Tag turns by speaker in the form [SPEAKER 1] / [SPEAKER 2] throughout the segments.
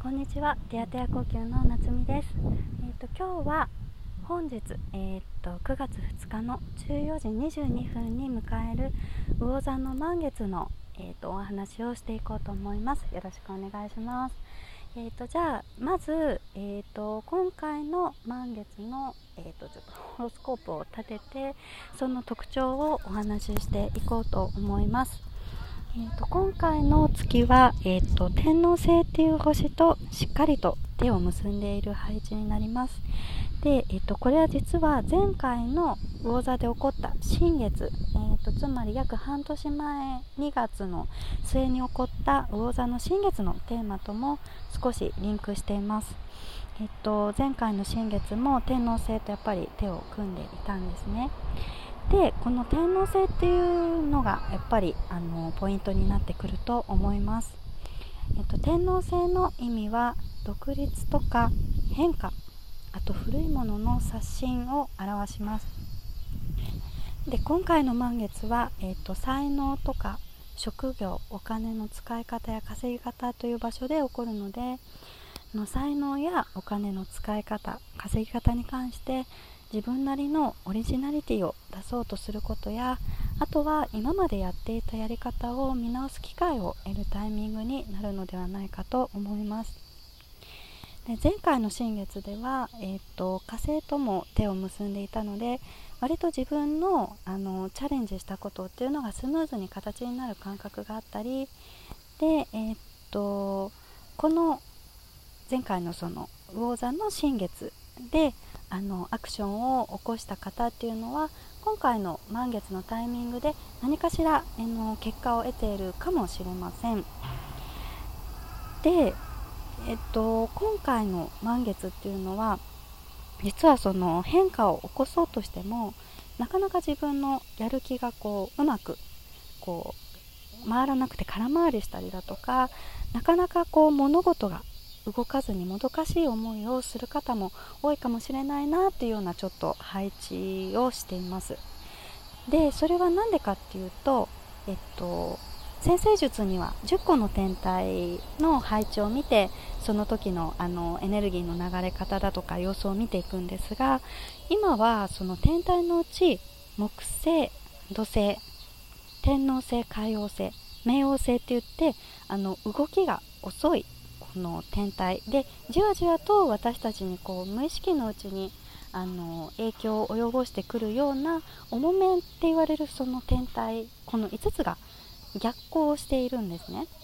[SPEAKER 1] こんにちは、テヤテヤ呼吸の夏美です。今日は本日、9月2日の14時22分に迎える魚座の満月の、お話をしていこうと思います。よろしくお願いします。じゃあまず、今回の満月の、ちょっとホロスコープを立ててその特徴をお話ししていこうと思います。今回の月は、天王星っていう星としっかりと手を結んでいる配置になります。で、これは実は前回の魚座で起こった新月、つまり約半年前2月の末に起こった魚座の新月のテーマとも少しリンクしています。前回の新月も天王星とやっぱり手を組んでいたんですね。で、この天王星っていうのがやっぱりポイントになってくると思います。天王星の意味は独立とか変化、あと古いものの刷新を表します。で、今回の満月は、才能とか職業、お金の使い方や稼ぎ方という場所で起こるので、才能やお金の使い方、稼ぎ方に関して自分なりのオリジナリティを出そうとすることや、あとは今までやっていたやり方を見直す機会を得るタイミングになるのではないかと思います。で、前回の新月では、火星とも手を結んでいたので、割と自分の、チャレンジしたことっていうのがスムーズに形になる感覚があったりで、この前回のその魚座の新月でアクションを起こした方っていうのは、今回の満月のタイミングで何かしら結果を得ているかもしれません。で、今回の満月っていうのは、実はその変化を起こそうとしてもなかなか自分のやる気がうまく回らなくて空回りしたりだとか、なかなか物事が動かずにもどかしい思いをする方も多いかもしれないなっていうようなちょっと配置をしています。で、それは何でかっていうと、占星術には10個の天体の配置を見て、その時のエネルギーの流れ方だとか様子を見ていくんですが、今はその天体のうち木星、土星、天王星、海王星、冥王星って言って動きが遅いこの天体で、じわじわと私たちに無意識のうちに影響を及ぼしてくるような重めって言われるその天体、この5つが逆行しているんですね。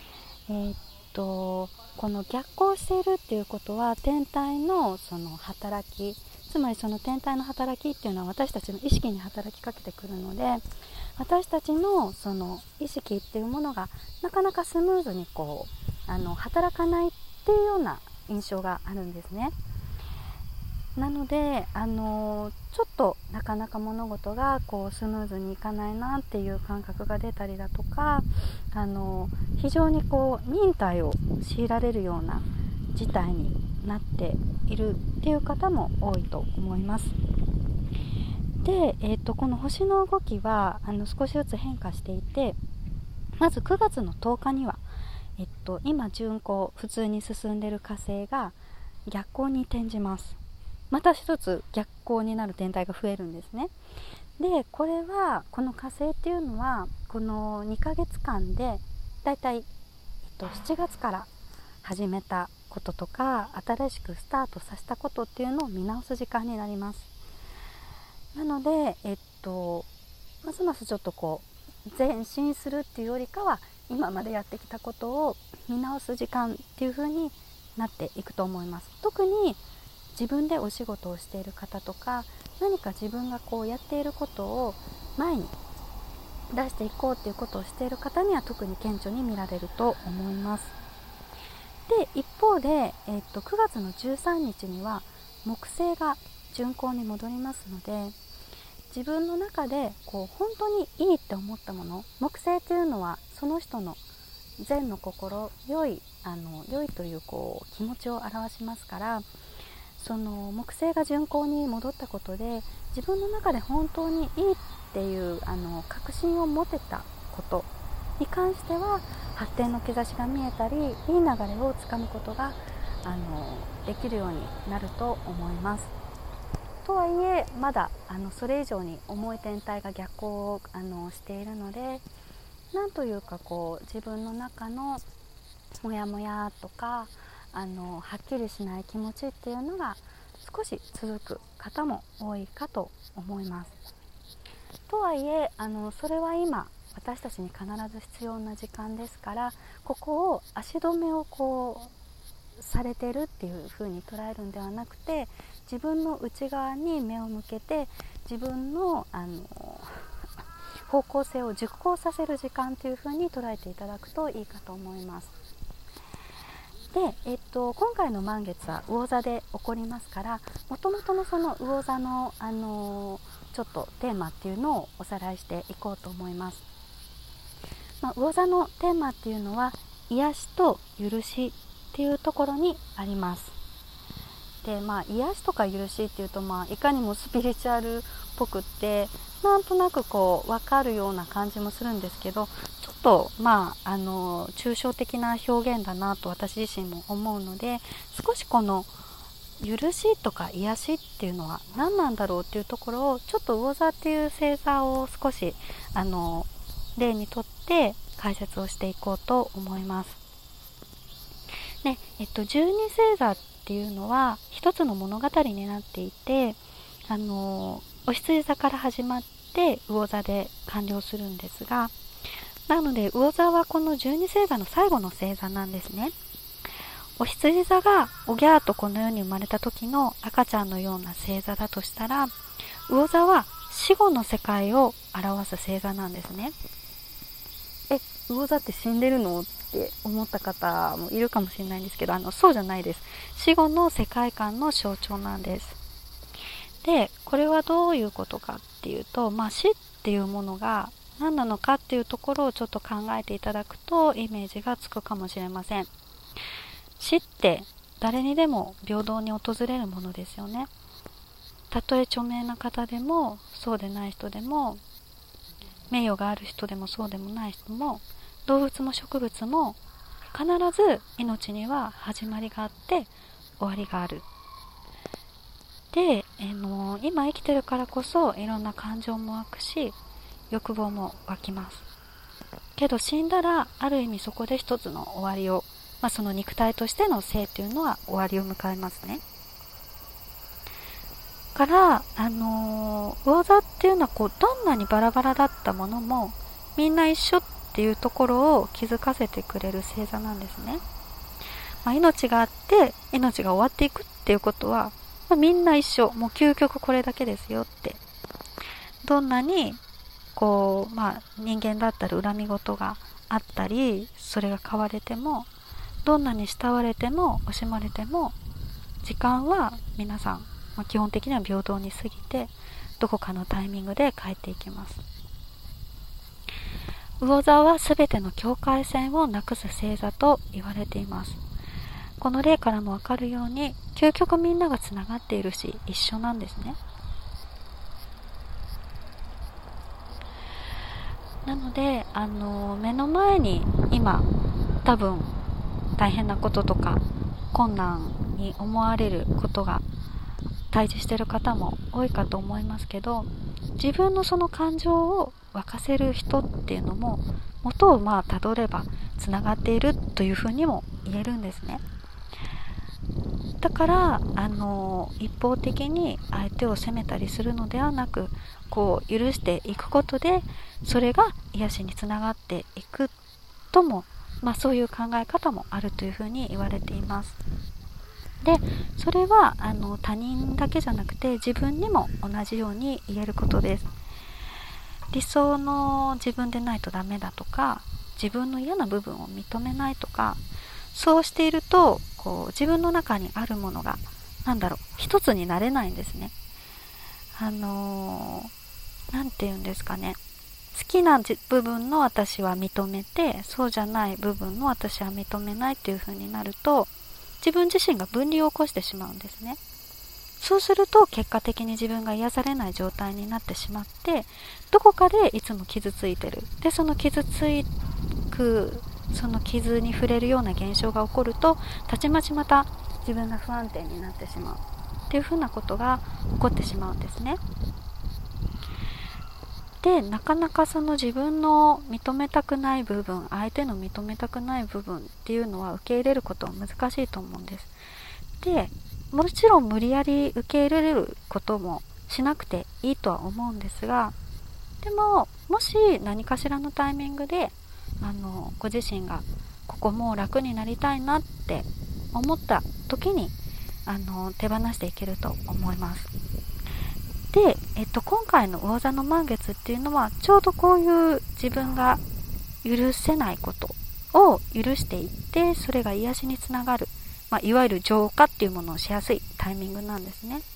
[SPEAKER 1] この逆行しているっていうことは、天体のその働き、つまりその天体の働きっていうのは私たちの意識に働きかけてくるので、私たちのその意識っていうものがなかなかスムーズに働かないっていうような印象があるんですね。なのでちょっとなかなか物事がスムーズにいかないなっていう感覚が出たりだとか、非常に忍耐を強いられるような事態になっているっていう方も多いと思います。で、この星の動きは少しずつ変化していて、まず9月の10日には、今順行普通に進んでいる火星が逆行に転じます。また一つ逆行になる天体が増えるんですね。で、これはこの火星っていうのはこの2ヶ月間でだいたい7月から始めたこととか、新しくスタートさせたことっていうのを見直す時間になります。なので、ますますちょっと前進するっていうよりかは、今までやってきたことを見直す時間っていう風になっていくと思います。特に自分でお仕事をしている方とか、何か自分がやっていることを前に出していこうっていうことをしている方には特に顕著に見られると思います。で、一方で、9月の13日には木星が順行に戻りますので、自分の中で本当にいいって思ったもの、木星というのはその人の善の心、良いという気持ちを表しますから、その木星が順行に戻ったことで、自分の中で本当にいいっていう確信を持てたことに関しては、 発展の兆しが見えたり、いい流れをつかむことができるようになると思います。とはいえまだそれ以上に重い天体が逆行をしているので、なんというか自分の中のモヤモヤとかはっきりしない気持ちっていうのが少し続く方も多いかと思います。とはいえそれは今私たちに必ず必要な時間ですから、ここを足止めをされてるっていう風に捉えるんではなくて、自分の内側に目を向けて自分の方向性を熟考させる時間という風に捉えていただくといいかと思います。で、今回の満月は魚座で起こりますから、もともとのその魚座の、ちょっとテーマっていうのをおさらいしていこうと思います。魚座のテーマっていうのは癒しと許しっていうところにあります。で、癒しとか許しっていうと、いかにもスピリチュアルっぽくってなんとなく分かるような感じもするんですけど、ちょっと抽象的な表現だなと私自身も思うので、少しこの許しとか癒しっていうのは何なんだろうっていうところをちょっと魚座っていう星座を少し例にとって解説をしていこうと思います。で、十二星座っていうのは一つの物語になっていて、お羊座から始まって魚座で完了するんですが、なので魚座はこの十二星座の最後の星座なんですね。お羊座がおぎゃーとこの世に生まれた時の赤ちゃんのような星座だとしたら、魚座は死後の世界を表す星座なんですね。魚座って死んでるのって思った方もいるかもしれないんですけど、そうじゃないです。死後の世界観の象徴なんです。で、これはどういうことかっていうと、死っていうものが何なのかっていうところをちょっと考えていただくとイメージがつくかもしれません。死って誰にでも平等に訪れるものですよね。たとえ著名な方でもそうでない人でも、名誉がある人でもそうでもない人も、動物も植物も必ず命には始まりがあって終わりがある。で、今生きてるからこそいろんな感情も湧くし欲望も湧きます。けど死んだらある意味そこで一つの終わりを、その肉体としての生っていうのは終わりを迎えますね。から魚座っていうのはどんなにバラバラだったものもみんな一緒っていうところを気づかせてくれる星座なんですね。命があって命が終わっていくっていうことは、みんな一緒、もう究極これだけですよって。どんなに人間だったら恨み事があったり、それが買われても、どんなに慕われても惜しまれても、時間は皆さん、基本的には平等に過ぎて、どこかのタイミングで帰っていきます。魚座はすべての境界線をなくす星座と言われています。この例からもわかるように、究極みんながつながっているし一緒なんですね。なので目の前に今多分大変なこととか困難に思われることが対峙している方も多いかと思いますけど、自分のその感情を沸かせる人っていうのも元をたどればつながっているというふうにも言えるんですね。だから一方的に相手を責めたりするのではなく、許していくことでそれが癒しにつながっていくとも、そういう考え方もあるというふうに言われています。で、それは他人だけじゃなくて自分にも同じように言えることです。理想の自分でないとダメだとか、自分の嫌な部分を認めないとか、そうしていると自分の中にあるものが一つになれないんですね。なんて言うんですかね、好きな部分の私は認めて、そうじゃない部分の私は認めないっていう風になると、自分自身が分離を起こしてしまうんですね。そうすると結果的に自分が癒されない状態になってしまって、どこかでいつも傷ついてる。で、その傷つくその傷に触れるような現象が起こると、たちまちまた自分が不安定になってしまうっていうふうなことが起こってしまうんですね。で、なかなかその自分の認めたくない部分、相手の認めたくない部分っていうのは受け入れることは難しいと思うんです。で、もちろん無理やり受け入れることもしなくていいとは思うんですが、でももし何かしらのタイミングでご自身がここもう楽になりたいなって思った時に手放していけると思います。で、今回の魚座の満月っていうのはちょうどこういう自分が許せないことを許していって、それが癒しにつながる、いわゆる浄化っていうものをしやすいタイミングなんですね。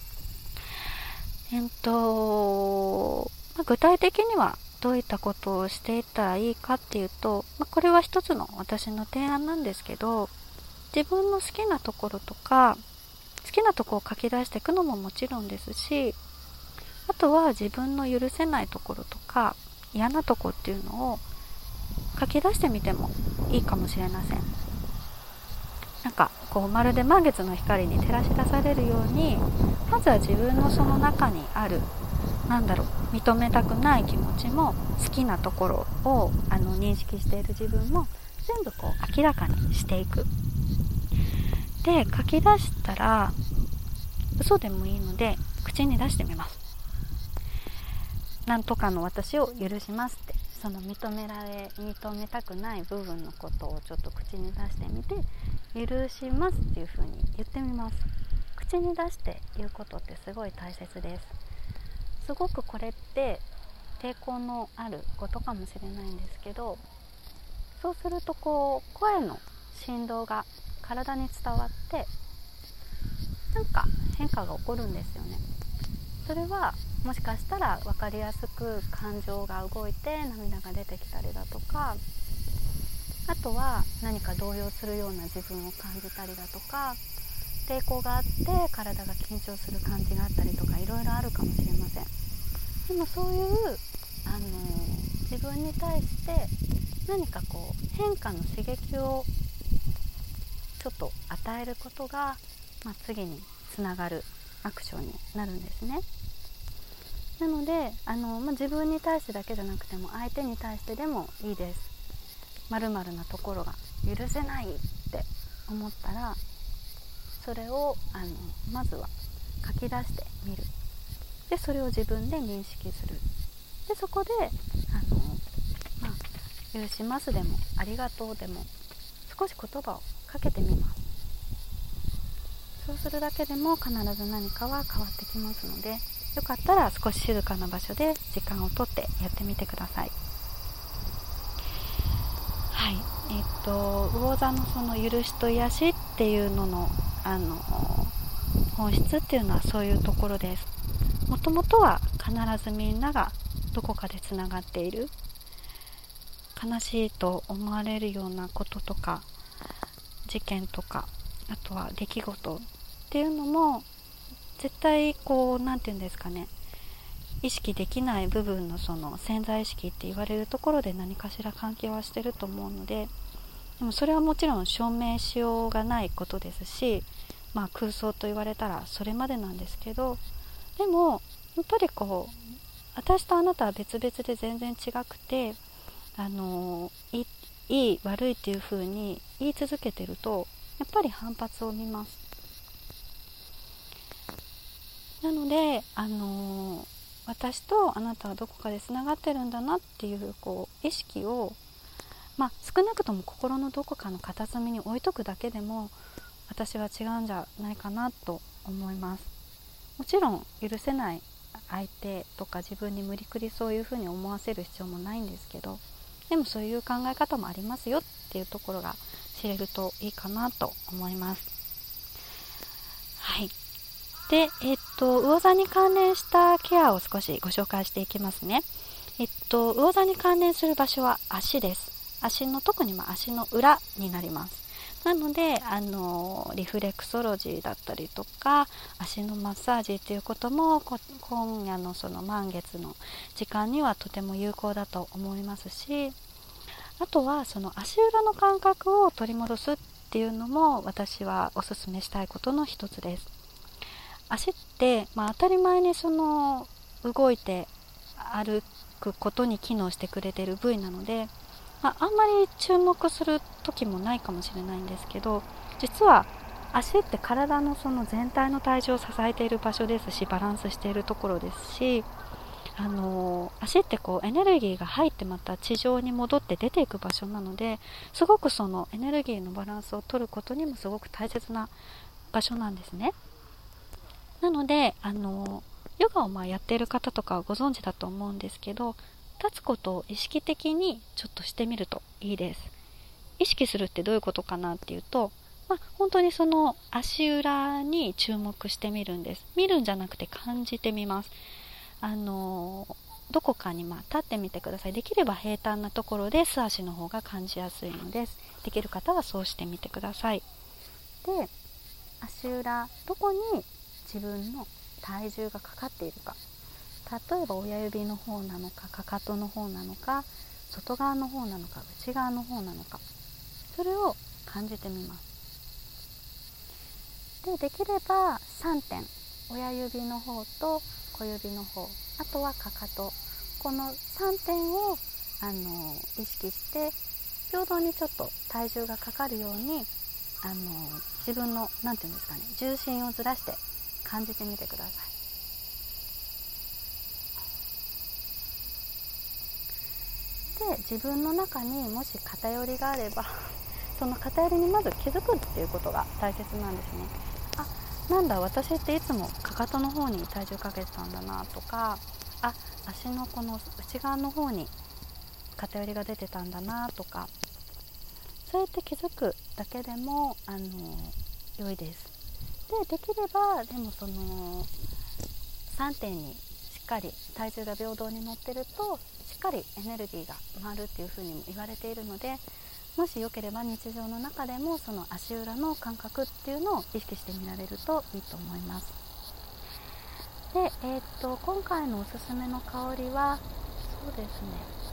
[SPEAKER 1] 具体的にはどういったことをしていったらいいかっていうと、これは一つの私の提案なんですけど、自分の好きなところとか好きなところを書き出していくのももちろんですし、あとは自分の許せないところとか嫌なところっていうのを書き出してみてもいいかもしれません。なんかまるで満月の光に照らし出されるように、まずは自分のその中にある認めたくない気持ちも好きなところを認識している自分も全部明らかにしていく。で、書き出したら嘘でもいいので口に出してみます。なんとかの私を許しますって、その認めたくない部分のことをちょっと口に出してみて、許しますっていう風に言ってみます。口に出して言うことってすごい大切です。すごくこれって抵抗のあることかもしれないんですけど、そうすると声の振動が体に伝わってなんか変化が起こるんですよね。それはもしかしたら分かりやすく感情が動いて涙が出てきたりだとか、あとは何か動揺するような自分を感じたりだとか、抵抗があって体が緊張する感じがあったりとか、いろいろあるかもしれません。でもそういう自分に対して何か変化の刺激をちょっと与えることが、次につながるアクションになるんですね。なので自分に対してだけじゃなくても相手に対してでもいいです。〇〇なところが許せないって思ったら、それをまずは書き出してみる。で、それを自分で認識する。で、そこで許しますでもありがとうでも少し言葉をかけてみます。そうするだけでも必ず何かは変わってきますので、よかったら少し静かな場所で時間をとってやってみてください。はい、魚座のその許しと癒しっていうのの本質っていうのはそういうところです。もともとは必ずみんながどこかでつながっている。悲しいと思われるようなこととか事件とか、あとは出来事っていうのも絶対なんていうんですかね、意識できない部分のその潜在意識って言われるところで何かしら関係はしてると思うので、でもそれはもちろん証明しようがないことですし、空想と言われたらそれまでなんですけど、でもやっぱり私とあなたは別々で全然違くて、いい悪いっていう風に言い続けてるとやっぱり反発を見ます。なので私とあなたはどこかでつながってるんだなっていう意識を、少なくとも心のどこかの片隅に置いとくだけでも私は違うんじゃないかなと思います。もちろん許せない相手とか自分に無理くりそういうふうに思わせる必要もないんですけど、でもそういう考え方もありますよっていうところが知れるといいかなと思います。はい。で、魚座に関連したケアを少しご紹介していきますね。魚座に関連する場所は足です。足の、特に足の裏になります。なのでリフレクソロジーだったりとか足のマッサージっていうことも今夜のその満月の時間にはとても有効だと思いますし、 あとはその足裏の感覚を取り戻すっていうのも私はおすすめしたいことの一つです。足って、当たり前にその動いて歩くことに機能してくれている部位なので、あんまり注目する時もないかもしれないんですけど、実は足って体のその全体の体重を支えている場所ですし、バランスしているところですし、足ってエネルギーが入ってまた地上に戻って出ていく場所なので、すごくそのエネルギーのバランスを取ることにもすごく大切な場所なんですね。なのでヨガをやっている方とかはご存知だと思うんですけど、立つことを意識的にちょっとしてみるといいです。意識するってどういうことかなっていうと、本当にその足裏に注目してみるんです。見るんじゃなくて感じてみます。どこかに立ってみてください。できれば平坦なところで素足の方が感じやすいのです。できる方はそうしてみてください。で、足裏どこに自分の体重がかかっているか、例えば親指の方なのか、かかとの方なのか、外側の方なのか、内側の方なのか、それを感じてみます。で、できれば3点、親指の方と小指の方、あとはかかと、この3点を意識して平等にちょっと体重がかかるように自分の重心をずらして感じてみてください。で、自分の中にもし偏りがあればその偏りにまず気づくっていうことが大切なんですね。なんだ、私っていつもかかとの方に体重かけてたんだなとか、足のこの内側の方に偏りが出てたんだなとか、そうやって気づくだけでも良いです。で、できればでもその3点にしっかり体重が平等に乗ってるとしっかりエネルギーが回るっていうふうにも言われているので、もしよければ日常の中でもその足裏の感覚っていうのを意識してみられるといいと思います。で、今回のおすすめの香りはそうですね、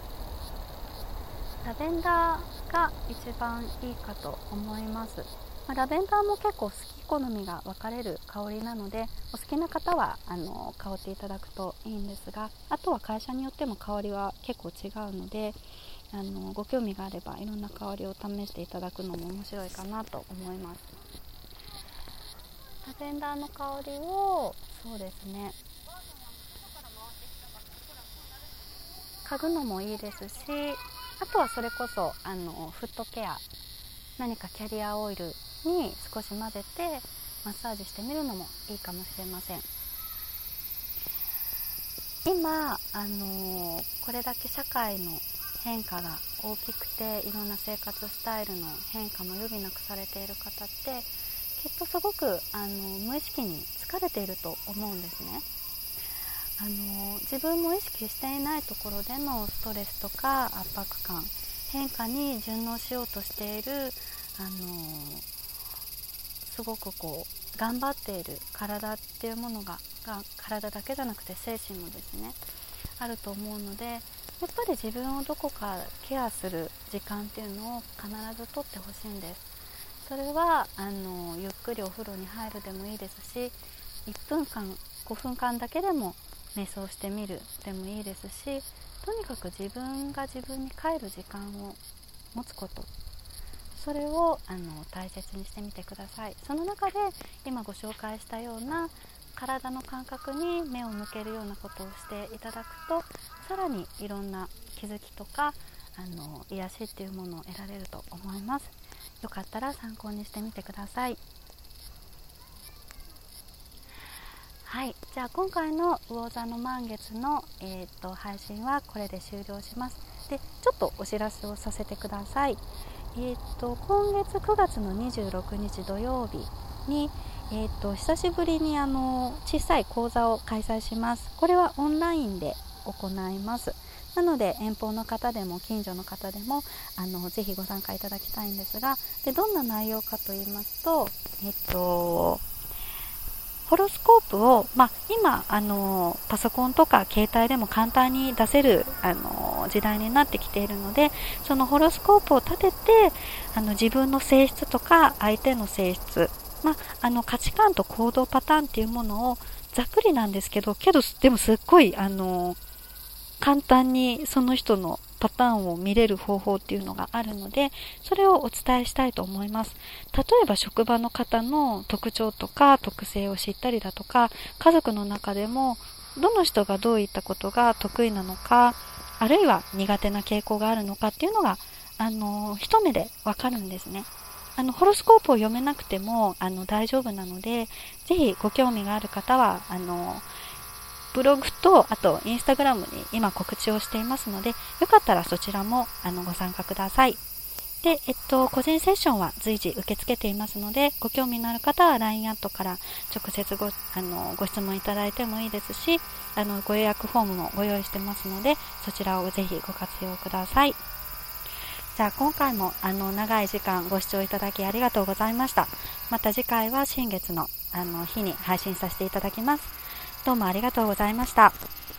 [SPEAKER 1] ラベンダーが一番いいかと思います。ラベンダーも結構好き好みが分かれる香りなので、お好きな方は香っていただくといいんですが、あとは会社によっても香りは結構違うので、ご興味があればいろんな香りを試していただくのも面白いかなと思います。ラベンダーの香りをそうですね、嗅ぐのもいいですし、あとはそれこそフットケア、何かキャリアオイルに少し混ぜてマッサージしてみるのもいいかもしれません。今これだけ社会の変化が大きくて、いろんな生活スタイルの変化も余儀なくされている方ってきっとすごく無意識に疲れていると思うんですね。自分も意識していないところでのストレスとか圧迫感、変化に順応しようとしているすごく頑張っている体っていうものが体だけじゃなくて精神もですねあると思うので、やっぱり自分をどこかケアする時間っていうのを必ずとってほしいんです。それはゆっくりお風呂に入るでもいいですし、1分間5分間だけでも瞑想してみるでもいいですし、とにかく自分が自分に帰る時間を持つこと、それを大切にしてみてください。その中で今ご紹介したような体の感覚に目を向けるようなことをしていただくと、さらにいろんな気づきとか癒しっていうものを得られると思います。よかったら参考にしてみてください。はい、じゃあ今回の魚座の満月の、配信はこれで終了します。で、ちょっとお知らせをさせてください。今月9月の26日土曜日に、久しぶりに小さい講座を開催します。これはオンラインで行います。なので遠方の方でも近所の方でもぜひご参加いただきたいんですが、でどんな内容かと言いますと、 ホロスコープを、今パソコンとか携帯でも簡単に出せる時代になってきているので、そのホロスコープを立てて自分の性質とか相手の性質、価値観と行動パターンっていうものをざっくりなんですけどでもすっごい簡単にその人のパターンを見れる方法っていうのがあるので、それをお伝えしたいと思います。例えば職場の方の特徴とか特性を知ったりだとか、家族の中でもどの人がどういったことが得意なのか、あるいは苦手な傾向があるのかっていうのが一目でわかるんですね。ホロスコープを読めなくても大丈夫なので、ぜひご興味がある方はブログとあとインスタグラムに今告知をしていますので、よかったらそちらもご参加ください。で、個人セッションは随時受け付けていますので、ご興味のある方は LINE アットから直接ご質問いただいてもいいですし、ご予約フォームもご用意してますので、そちらをぜひご活用ください。じゃあ今回も長い時間ご視聴いただきありがとうございました。また次回は新月の日に配信させていただきます。どうもありがとうございました。